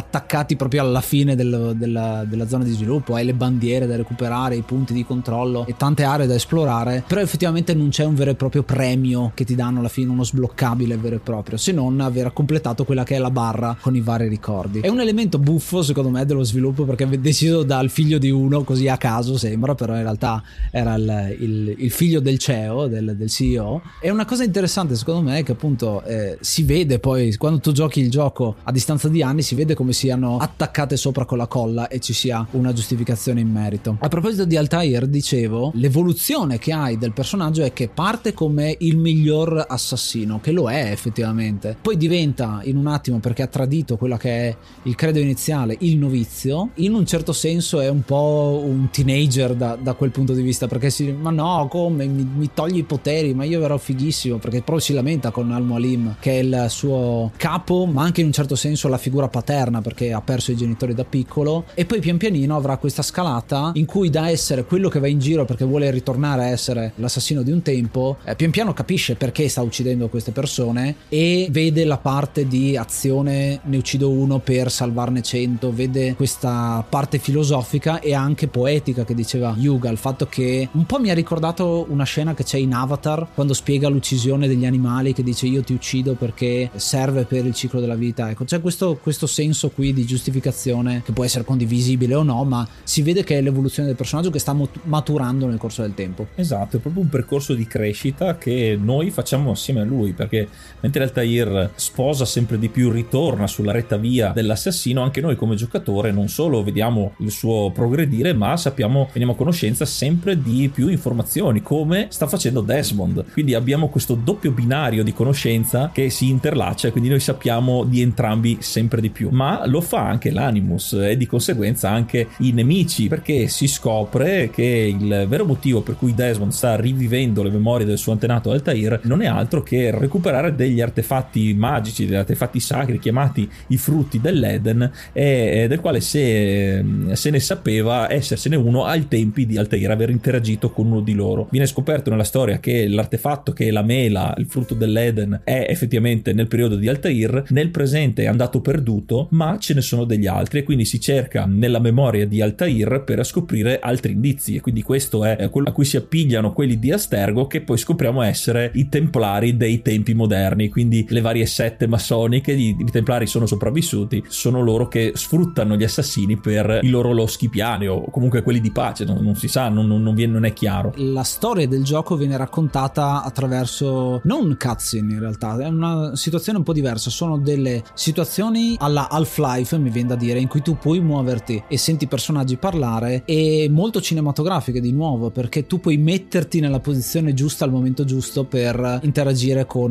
S2: attaccati proprio alla fine del, della, della zona di sviluppo, hai le bandiere da recuperare, i punti di controllo e tante aree da esplorare, però effettivamente non c'è un vero e proprio premio che ti danno alla fine, uno sbloccabile vero e proprio, se non aver completato quella che è la barra con i vari ricordi. È un elemento buffo secondo me dello sviluppo, perché è deciso dal figlio di uno, così a caso sembra, però in realtà era il, il, il figlio del C E O, del, del C E O. E una cosa interessante secondo me è che appunto eh, si vede poi quando tu giochi il gioco a distanza di anni, si vede come siano attaccate sopra con la colla e ci sia una giustificazione in merito. A proposito di Altair, dicevo, l'evoluzione che hai del personaggio è che parte come il miglior assassino, che lo è effettivamente, poi diventa in un attimo, perché ha tradito quella che è il credo iniziale, il novizio. In un certo senso è un po' un teenager da, da quel punto di vista, perché si ma no, come mi, mi togli i poteri, ma io verrò fighissimo, perché proprio si lamenta con Al-Mualim che è il suo capo, ma anche in un certo senso la figura paterna, perché ha perso i genitori da piccolo. E poi pian pianino avrà questa scalata in cui, da essere quello che va in giro perché vuole ritornare a essere l'assassino di un tempo, eh, pian piano capisce perché sta uccidendo queste persone e vede la parte di azione, ne uccido uno per salvarne cento, vede questa parte filosofica e anche poetica che diceva Yuga, il fatto che un po' mi ha ricordato una scena che c'è in Avatar quando spiega l'uccisione degli animali, che dice io ti uccido perché serve per il ciclo della vita. Ecco, c'è questo, questo senso qui di giustificazione che può essere condivisibile o no, ma si vede che è l'evoluzione del personaggio che sta maturando nel corso del tempo.
S1: Esatto, è proprio un percorso di crescita che noi facciamo assieme a lui, perché mentre Altair sposa sempre di più, ritorna sulla retta via dell'assassino, anche noi come giocatore non solo vediamo il suo progredire, ma sappiamo, veniamo a conoscenza sempre di più informazioni, come sta facendo Desmond. Quindi abbiamo questo doppio binario di conoscenza che si interlaccia e quindi noi sappiamo di entrambi sempre di più. Ma lo fa anche l'Animus e di conseguenza anche i nemici, perché si scopre che il vero motivo per cui Desmond sta rivivendo le memorie del suo antenato Altair non è altro che recuperare degli artefatti magici, degli artefatti sacri chiamati i frutti dell'Eden, e del quale se, se ne sapeva essersene uno ai tempi di Altair, aver interagito con uno di loro. Viene scoperto nella storia che l'artefatto, che è la mela, il frutto dell'Eden, è effettivamente nel periodo di Altair, nel presente è andato perduto, ma ce ne sono degli altri e quindi si cerca nella memoria di Altair per scoprire altri indizi, e quindi questo è quello a cui si appigliano quelli di Astergo, che poi scopriamo essere i templari dei tempi moderni, quindi le varie sette massoniche. I, i templari sono sopravvissuti, sono loro che sfruttano gli assassini per i loro loschi piani, o comunque quelli di pace, non, non si sa, non, non, viene, non è chiaro.
S2: La storia del gioco viene raccontata attraverso non cutscene, in realtà è una situazione un po' diversa, sono delle situazioni alla Half-Life, mi viene da dire, in cui tu puoi muoverti e senti personaggi parlare, e molto cinematografiche di nuovo, perché tu puoi metterti nella posizione giusta al momento giusto per interagire con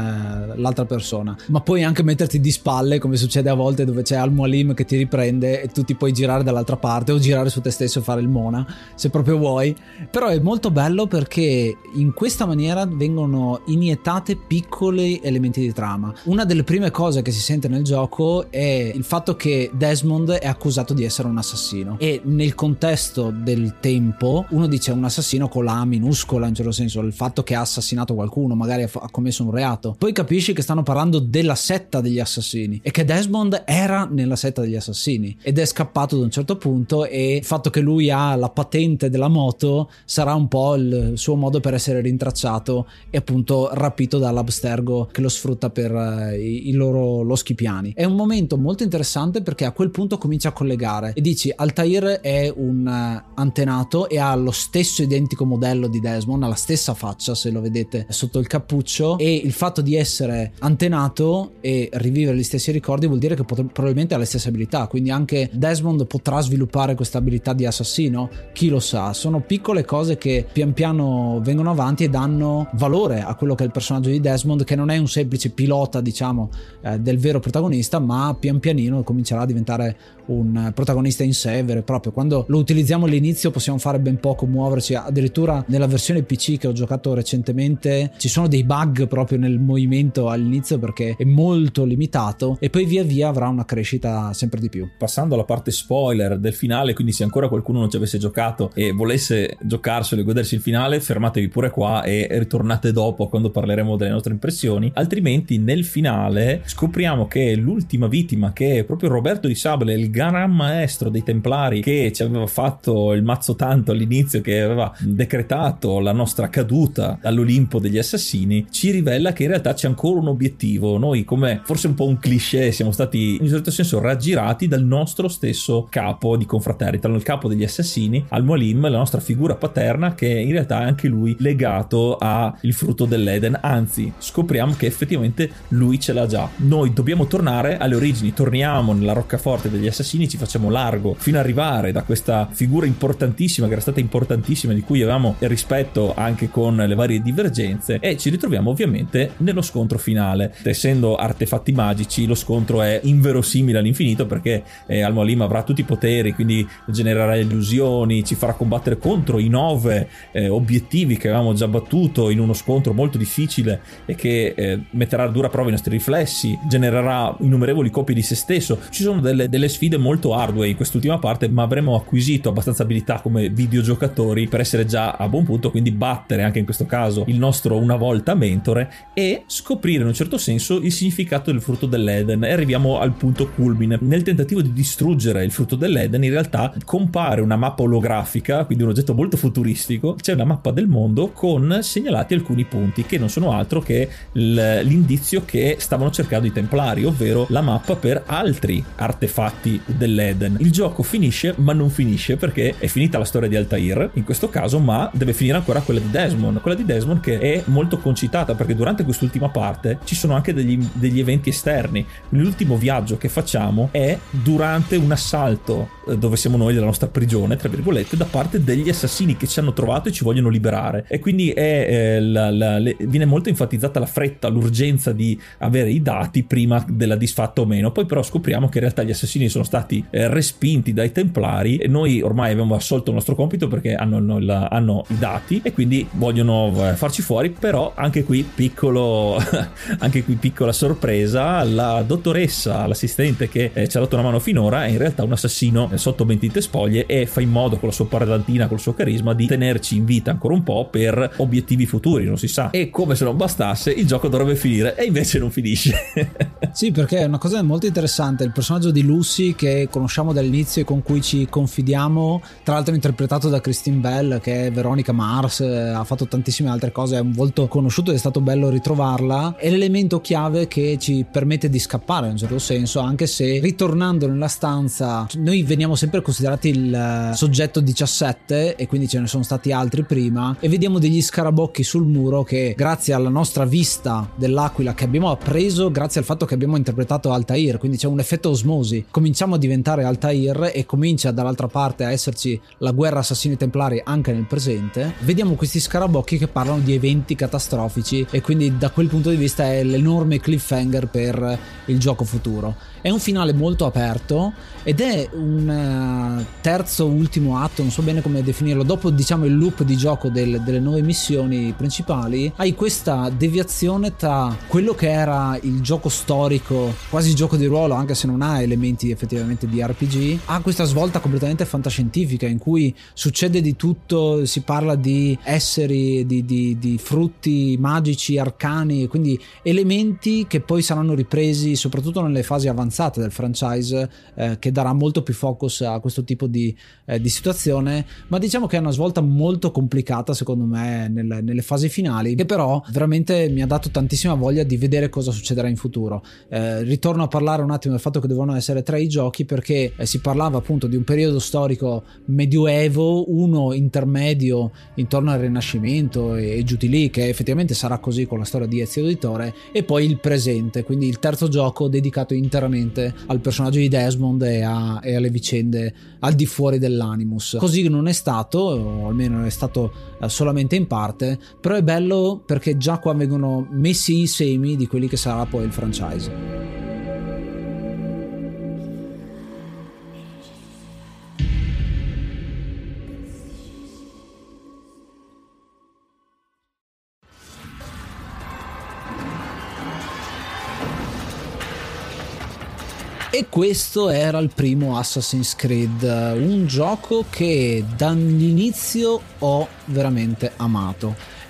S2: uh, l'altra persona, ma puoi anche metterti di spalle, come succede a volte dove c'è Al-Mualim che ti riprende e tu ti puoi girare dall'altra parte o girare su te stesso e fare il Mona se proprio vuoi. Però è molto bello perché in questa maniera vengono iniettate piccoli elementi di trama. Una delle prime cose che si sente nel gioco è il fatto che Desmond è accusato di essere un assassino, e nel contesto del tempo uno dice un assassino con la A minuscola, in un certo senso, il fatto che ha assassinato qualcuno, magari ha, ha commesso un reato. Poi capisci che stanno parlando della setta degli assassini e che Desmond era nella setta degli assassini ed è scappato da un certo punto, e il fatto che lui ha la patente della moto sarà un po' il suo modo per essere rintracciato e appunto rapito dall'Abstergo che lo sfrutta per uh, i, i loro loschi piani. È un momento molto interessante perché a quel punto comincia a collegare e dici Altair è un uh, antenato e ha lo stesso identico modello di Desmond, ha la stessa faccia se lo vedete sotto il cappuccio, e il fatto di essere antenato e rivivere gli stessi ricordi vuol dire che pot- probabilmente ha le stesse abilità, quindi anche Desmond potrà sviluppare questa abilità di assassino, chi lo sa. Sono piccole cose che pian piano vengono avanti e danno valore a quello che è il personaggio di Desmond, che non è un semplice pilota, diciamo, eh, del vero protagonista, ma pian pianino comincerà a diventare un protagonista in sé vero e proprio. Quando lo utilizziamo all'inizio possiamo fare ben poco, muoverci, addirittura nella versione P C che ho giocato recentemente ci sono dei bug proprio nel movimento all'inizio perché è molto limitato, e poi via via avrà una crescita sempre di più.
S1: Passando alla parte spoiler del finale, quindi se ancora qualcuno non ci avesse giocato e volesse giocarselo e godersi il finale, fermatevi pure qua e ritornate dopo quando parleremo delle nostre impressioni. Altrimenti nel finale scopriamo che l'ultima vittima che proprio Roberto Di Sable, il gran maestro dei Templari, che ci aveva fatto il mazzo tanto all'inizio, che aveva decretato la nostra caduta all'Olimpo degli assassini, ci rivela che in realtà c'è ancora un obiettivo. Noi, come forse un po' un cliché, siamo stati in un certo senso raggirati dal nostro stesso capo di confraternita, il capo degli assassini, Al-Mualim, la nostra figura paterna, che in realtà è anche lui legato al frutto dell'Eden. Anzi, scopriamo che effettivamente lui ce l'ha già. Noi dobbiamo tornare alle origini, torniamo nella roccaforte degli assassini, ci facciamo largo fino ad arrivare da questa figura importantissima, che era stata importantissima, di cui avevamo rispetto anche con le varie divergenze, e ci ritroviamo ovviamente nello scontro finale. Essendo artefatti magici, lo scontro è inverosimile all'infinito, perché eh, Al-Mualim avrà tutti i poteri, quindi genererà illusioni, ci farà combattere contro i nove eh, obiettivi che avevamo già battuto in uno scontro molto difficile e che eh, metterà a dura prova i nostri riflessi, genererà innumerevoli copie di se stesso. Ci sono delle, delle sfide molto ardue in quest'ultima parte, ma avremo acquisito abbastanza abilità come videogiocatori per essere già a buon punto, quindi battere anche in questo caso il nostro una volta mentore e scoprire in un certo senso il significato del frutto dell'Eden. E arriviamo al punto culmine. Nel tentativo di distruggere il frutto dell'Eden, in realtà compare una mappa olografica, quindi un oggetto molto futuristico. C'è una mappa del mondo con segnalati alcuni punti che non sono altro che l'indizio che stavano cercando i Templari, ovvero la mappa per altri artefatti dell'Eden. Il gioco finisce, ma non finisce, perché è finita la storia di Altair in questo caso, ma deve finire ancora quella di Desmond, quella di Desmond che è molto concitata, perché durante quest'ultima parte ci sono anche degli, degli eventi esterni. L'ultimo viaggio che facciamo è durante un assalto dove siamo noi, della nostra prigione tra virgolette, da parte degli assassini che ci hanno trovato e ci vogliono liberare, e quindi è, eh, la, la, le, viene molto enfatizzata la fretta, l'urgenza di avere i dati prima della disfatta o meno. Poi però scopriamo che in realtà gli assassini sono stati eh, respinti dai Templari e noi ormai abbiamo assolto il nostro compito, perché hanno, hanno, il, hanno i dati e quindi vogliono eh, farci fuori. Però anche qui piccolo anche qui piccola sorpresa: la dottoressa, l'assistente che eh, ci ha dato una mano finora, è in realtà un assassino eh, sotto mentite spoglie, e fa in modo con la sua parlantina, col suo carisma, di tenerci in vita ancora un po' per obiettivi futuri, non si sa. E come se non bastasse, il gioco dovrebbe finire e invece non finisce.
S2: Sì, perché è una cosa molto interessante il personaggio di Lucy, che conosciamo dall'inizio e con cui ci confidiamo, tra l'altro interpretato da Christine Bell, che è Veronica Mars, ha fatto tantissime altre cose, è un volto conosciuto ed è stato bello ritrovarla. È l'elemento chiave che ci permette di scappare in un certo senso, anche se ritornando nella stanza noi veniamo sempre considerati il soggetto diciassette e quindi ce ne sono stati altri prima, e vediamo degli scarabocchi sul muro che, grazie alla nostra vista dell'aquila che abbiamo appreso grazie al fatto che abbiamo interpretato Altair, quindi c'è un effetto osmosi, cominciamo a diventare Altair e comincia dall'altra parte a esserci la guerra assassini templari anche nel presente. Vediamo questi scarabocchi che parlano di eventi catastrofici, e quindi da quel punto di vista è l'enorme cliffhanger per il gioco futuro. È un finale molto aperto ed è un uh, terzo ultimo atto, non so bene come definirlo, dopo diciamo il loop di gioco del, delle nuove missioni principali. Hai questa deviazione tra quello che era il gioco storico, quasi gioco di ruolo, anche se non ha elementi effettivamente di R P G, ha questa svolta completamente fantascientifica in cui succede di tutto, si parla di esseri, di, di, di frutti magici, arcani, quindi elementi che poi saranno ripresi soprattutto nelle fasi avanzate del franchise, eh, che darà molto più focus a questo tipo di, eh, di situazione. Ma diciamo che è una svolta molto complicata secondo me nelle, nelle fasi finali, che però veramente mi ha dato tantissima voglia di vedere cosa succederà in futuro. Eh, ritorno a parlare un attimo del fatto che devono essere tre i giochi, perché eh, si parlava appunto di un periodo storico medioevo, uno intermedio intorno al Rinascimento e, e giù di lì, che effettivamente sarà così con la storia di Ezio Auditore, e poi il presente, quindi il terzo gioco dedicato interamente al personaggio di Desmond e, a, e alle vicende al di fuori dell'Animus. Così non è stato, o almeno è stato eh, solamente in parte, però è bello perché già qua vengono messi i semi di quelli che sarà poi il franchise. E questo era il primo Assassin's Creed, un gioco che dall'inizio ho veramente amato.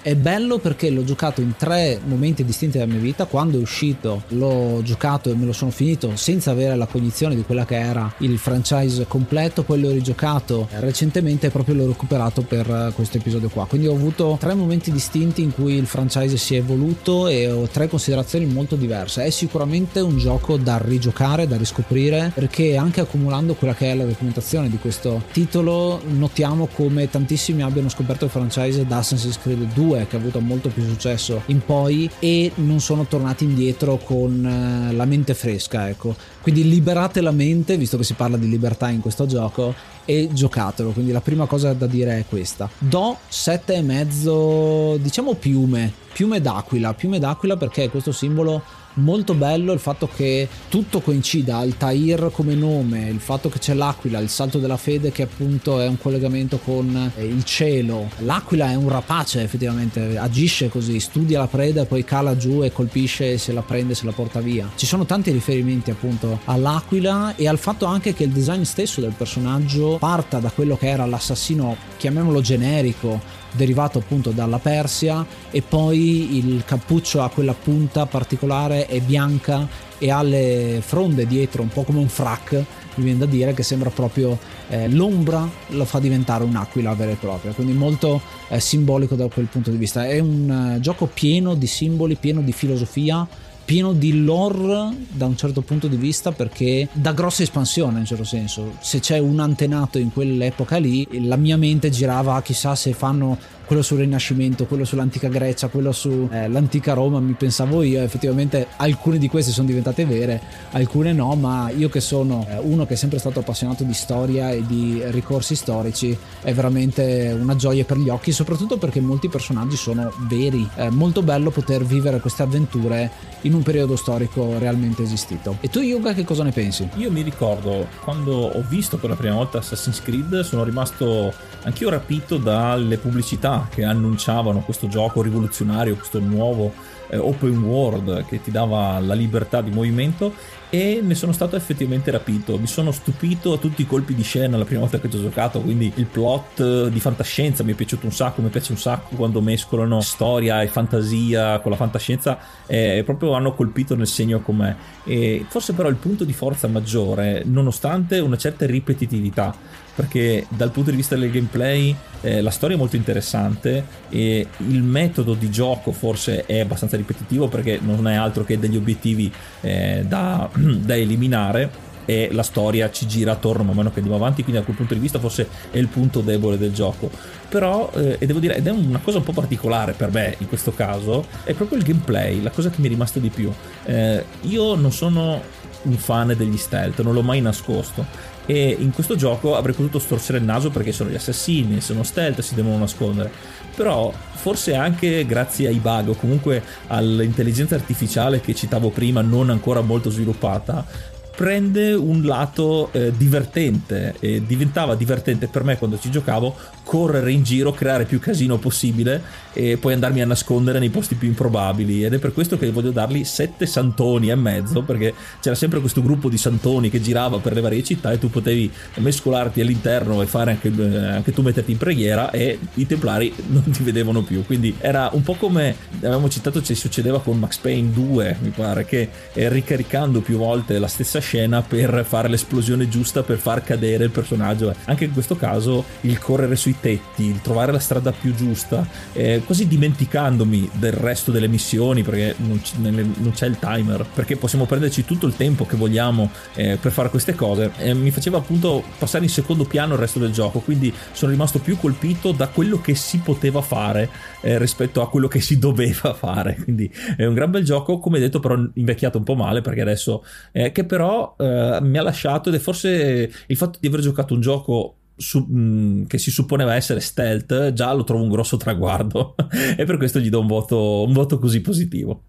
S2: È bello perché l'ho giocato in tre momenti distinti della mia vita. Quando è uscito l'ho giocato e me lo sono finito senza avere la cognizione di quella che era il franchise completo, poi l'ho rigiocato recentemente e proprio l'ho recuperato per questo episodio qua. Quindi ho avuto tre momenti distinti in cui il franchise si è evoluto e ho tre considerazioni molto diverse. È sicuramente un gioco da rigiocare, da riscoprire, perché anche accumulando quella che è la documentazione di questo titolo notiamo come tantissimi abbiano scoperto il franchise da Assassin's Creed due, che ha avuto molto più successo in poi, e non sono tornati indietro con la mente fresca, ecco. Quindi liberate la mente, visto che si parla di libertà in questo gioco, e giocatelo. Quindi la prima cosa da dire è questa. Do sette e mezzo, diciamo piume piume d'aquila piume d'aquila perché è questo simbolo molto bello, il fatto che tutto coincida, Altair come nome, il fatto che c'è l'aquila, il salto della fede che appunto è un collegamento con il cielo. L'aquila è un rapace, effettivamente agisce così, studia la preda e poi cala giù e colpisce e se la prende, se la porta via. Ci sono tanti riferimenti appunto all'aquila e al fatto anche che il design stesso del personaggio parta da quello che era l'assassino, chiamiamolo generico, derivato appunto dalla Persia, e poi il cappuccio ha quella punta particolare, è bianca e ha le fronde dietro un po' come un frac, mi viene da dire, che sembra proprio eh, l'ombra lo fa diventare un'aquila vera e propria, quindi molto eh, simbolico da quel punto di vista. È un uh, gioco pieno di simboli, pieno di filosofia, pieno di lore da un certo punto di vista, perché dà grossa espansione in un certo senso. Se c'è un antenato in quell'epoca lì, la mia mente girava, chissà se fanno quello sul Rinascimento, quello sull'antica Grecia, quello sull'antica eh, Roma, mi pensavo io. Effettivamente alcune di queste sono diventate vere, alcune no, ma io che sono eh, uno che è sempre stato appassionato di storia e di ricorsi storici, è veramente una gioia per gli occhi, soprattutto perché molti personaggi sono veri. È molto bello poter vivere queste avventure in un periodo storico realmente esistito. E tu, Yuga, che cosa ne pensi?
S1: Io mi ricordo quando ho visto per la prima volta Assassin's Creed, sono rimasto anch'io rapito dalle pubblicità che annunciavano questo gioco rivoluzionario, questo nuovo eh, open world che ti dava la libertà di movimento, e ne sono stato effettivamente rapito. Mi sono stupito a tutti i colpi di scena la prima volta che ci ho giocato, quindi il plot di fantascienza mi è piaciuto un sacco, mi piace un sacco quando mescolano storia e fantasia con la fantascienza, e proprio hanno colpito nel segno con me. E forse però il punto di forza maggiore, nonostante una certa ripetitività, perché dal punto di vista del gameplay eh, la storia è molto interessante e il metodo di gioco forse è abbastanza ripetitivo, perché non è altro che degli obiettivi eh, da, da eliminare, e la storia ci gira attorno man mano che andiamo avanti, quindi da quel punto di vista forse è il punto debole del gioco. Però eh, e devo dire, ed è una cosa un po' particolare per me in questo caso, è proprio il gameplay, la cosa che mi è rimasta di più. eh, io non sono un fan degli stealth, non l'ho mai nascosto, e in questo gioco avrei potuto storcere il naso perché sono gli assassini, sono stealth, si devono nascondere. Però forse anche grazie ai bug o comunque all'intelligenza artificiale che citavo prima, non ancora molto sviluppata, prende un lato eh, divertente, e diventava divertente per me quando ci giocavo correre in giro, creare più casino possibile e poi andarmi a nascondere nei posti più improbabili, ed è per questo che voglio dargli sette santoni e mezzo, perché c'era sempre questo gruppo di santoni che girava per le varie città e tu potevi mescolarti all'interno e fare anche, eh, anche tu metterti in preghiera, e i templari non ti vedevano più. Quindi era un po' come avevamo citato ci succedeva con Max Payne due, mi pare, che eh, ricaricando più volte la stessa scena per fare l'esplosione giusta per far cadere il personaggio. Anche in questo caso il correre sui tetti, il trovare la strada più giusta, eh, quasi dimenticandomi del resto delle missioni, perché non, c- non c'è il timer, perché possiamo prenderci tutto il tempo che vogliamo eh, per fare queste cose, e mi faceva appunto passare in secondo piano il resto del gioco. Quindi sono rimasto più colpito da quello che si poteva fare eh, rispetto a quello che si doveva fare. Quindi è un gran bel gioco, come detto, però invecchiato un po' male, perché adesso eh, che però eh, mi ha lasciato, ed è forse il fatto di aver giocato un gioco Su, mh, che si supponeva essere stealth, già lo trovo un grosso traguardo e per questo gli do un voto, un voto così positivo.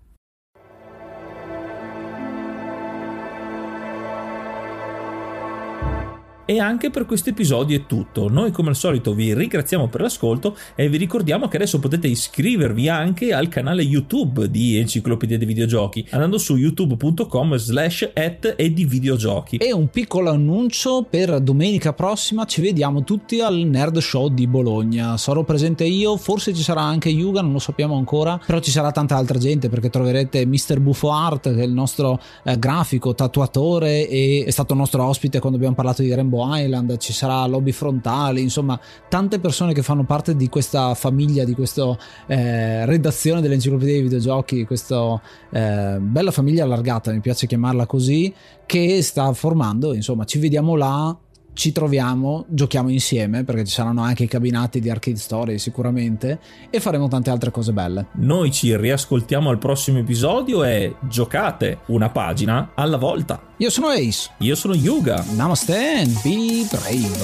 S1: E anche per questo episodio è tutto. Noi come al solito vi ringraziamo per l'ascolto e vi ricordiamo che adesso potete iscrivervi anche al canale YouTube di Enciclopedia dei Videogiochi andando su youtube punto com slash at e di videogiochi.
S2: E un piccolo annuncio: per domenica prossima ci vediamo tutti al Nerd Show di Bologna. Sarò presente io, forse ci sarà anche Yuga, non lo sappiamo ancora, però ci sarà tanta altra gente, perché troverete mister Buffo Art, che è il nostro eh, grafico, tatuatore, e è stato nostro ospite quando abbiamo parlato di Rainbow Island. Ci sarà Lobby Frontali, insomma tante persone che fanno parte di questa famiglia, di questa eh, redazione dell'Enciclopedia dei Videogiochi, questa eh, bella famiglia allargata, mi piace chiamarla così, che sta formando. Insomma, ci vediamo là, ci troviamo, giochiamo insieme, perché ci saranno anche i cabinati di Arcade Story sicuramente, e faremo tante altre cose belle.
S1: Noi ci riascoltiamo al prossimo episodio e giocate una pagina alla volta.
S2: Io sono Ace.
S1: Io sono Yuga.
S2: Namaste and be brave.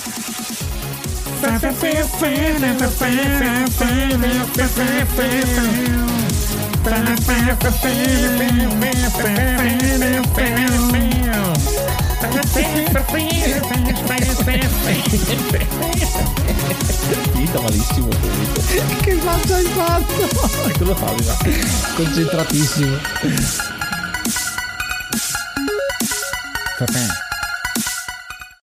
S1: Finita malissimo.
S2: Che faccia hai fatto?
S1: Cosa fai?
S2: Concentratissimo. Fa bene.